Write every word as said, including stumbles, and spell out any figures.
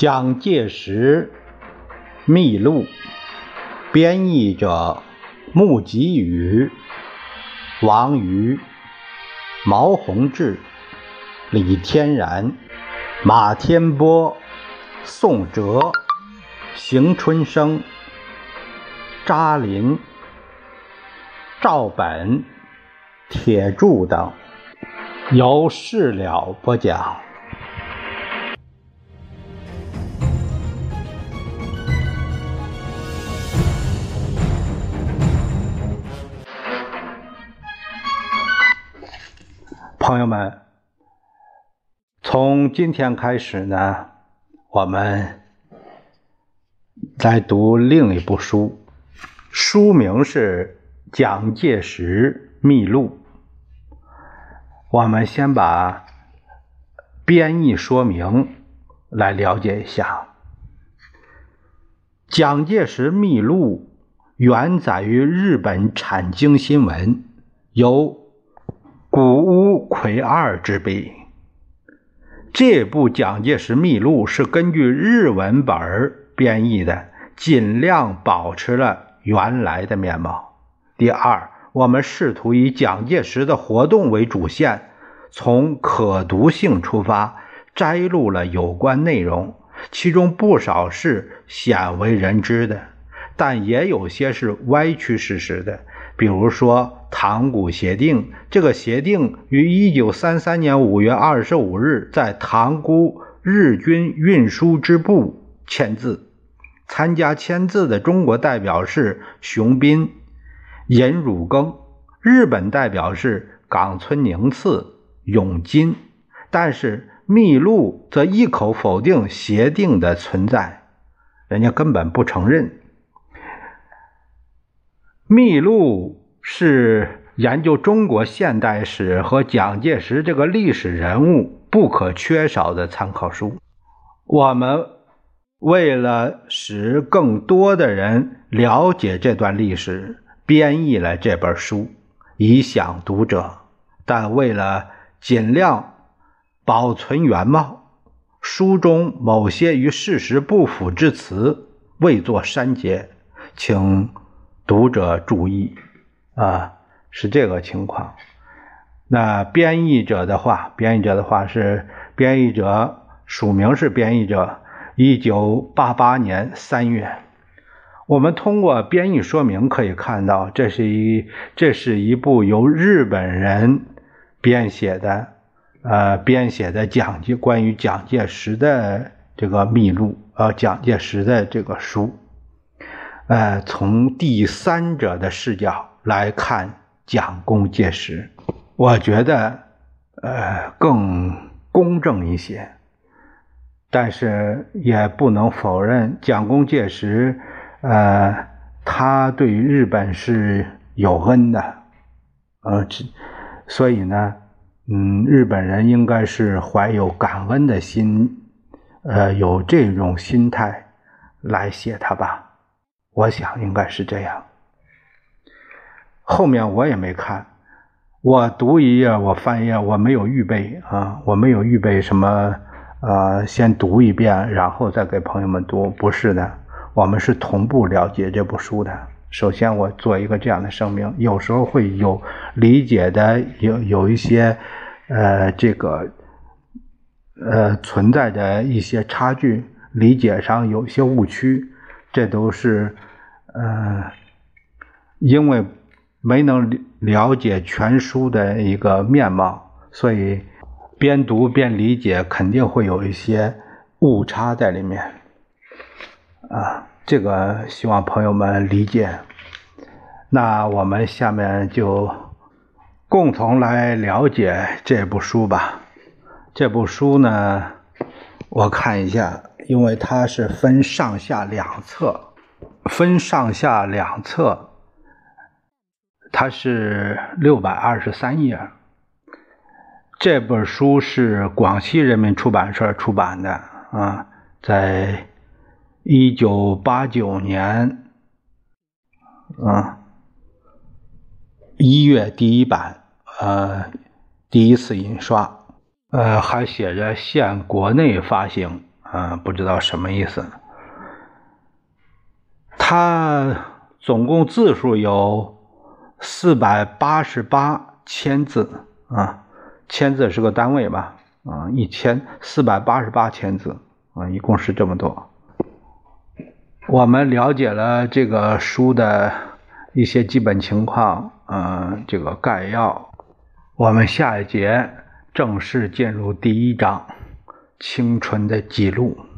蒋介石秘录，编译者穆吉宇、王瑜、毛宏志、李天然、马天波、宋哲、邢春生、扎林、赵本、铁柱等，由事了播讲。朋友们，从今天开始呢，我们来读另一部书，书名是《蒋介石秘录》。我们先把编译说明来了解一下。蒋介石秘录原载于日本产经新闻，由古屋魁二之笔。这部蒋介石秘录是根据日文本编译的，尽量保持了原来的面貌。第二，我们试图以蒋介石的活动为主线，从可读性出发，摘录了有关内容，其中不少是鲜为人知的，但也有些是歪曲事实的。比如说塘沽协定，这个协定于一九三三年五月二十五日在塘沽日军运输支部签字，参加签字的中国代表是熊彬、尹汝耕，日本代表是冈村宁次、永金，但是秘录则一口否定协定的存在，人家根本不承认。秘录是研究中国现代史和蒋介石这个历史人物不可缺少的参考书。我们为了使更多的人了解这段历史，编译了这本书，以享读者，但为了尽量保存原貌，书中某些与事实不符之词未作删节，请读者注意啊，是这个情况。那编译者的话，编译者的话是编译者署名是编译者，一九八八年三月。我们通过编译说明可以看到，这是一这是一部由日本人编写的呃编写的蒋介关于蒋介石的这个秘录，呃蒋介石的这个书。呃，从第三者的视角来看蒋公介石，我觉得呃更公正一些，但是也不能否认蒋公介石呃他对日本是有恩的，呃所以呢嗯日本人应该是怀有感恩的心，呃有这种心态来写他吧。我想应该是这样。后面我也没看，我读一页我翻一页，我没有预备啊，我没有预备什么呃，先读一遍然后再给朋友们读，不是的，我们是同步了解这部书的。首先我做一个这样的声明，有时候会有理解的有有一些呃这个呃存在着一些差距，理解上有一些误区，这都是呃，因为没能了解全书的一个面貌，所以边读边理解肯定会有一些误差在里面啊，这个希望朋友们理解。那我们下面就共同来了解这部书吧。这部书呢，我看一下，因为它是分上下两册。分上下两册，它是六百二十三页。这本书是广西人民出版社出版的啊，在一九八九年啊一月第一版，呃，第一次印刷，呃，还写着现国内发行呃，不知道什么意思。它总共字数有四百八十八千字啊，千字是个单位吧？啊，一千四百八十八千字啊，一共是这么多。我们了解了这个书的一些基本情况，呃，这个概要。我们下一节正式进入第一章：青春的记录。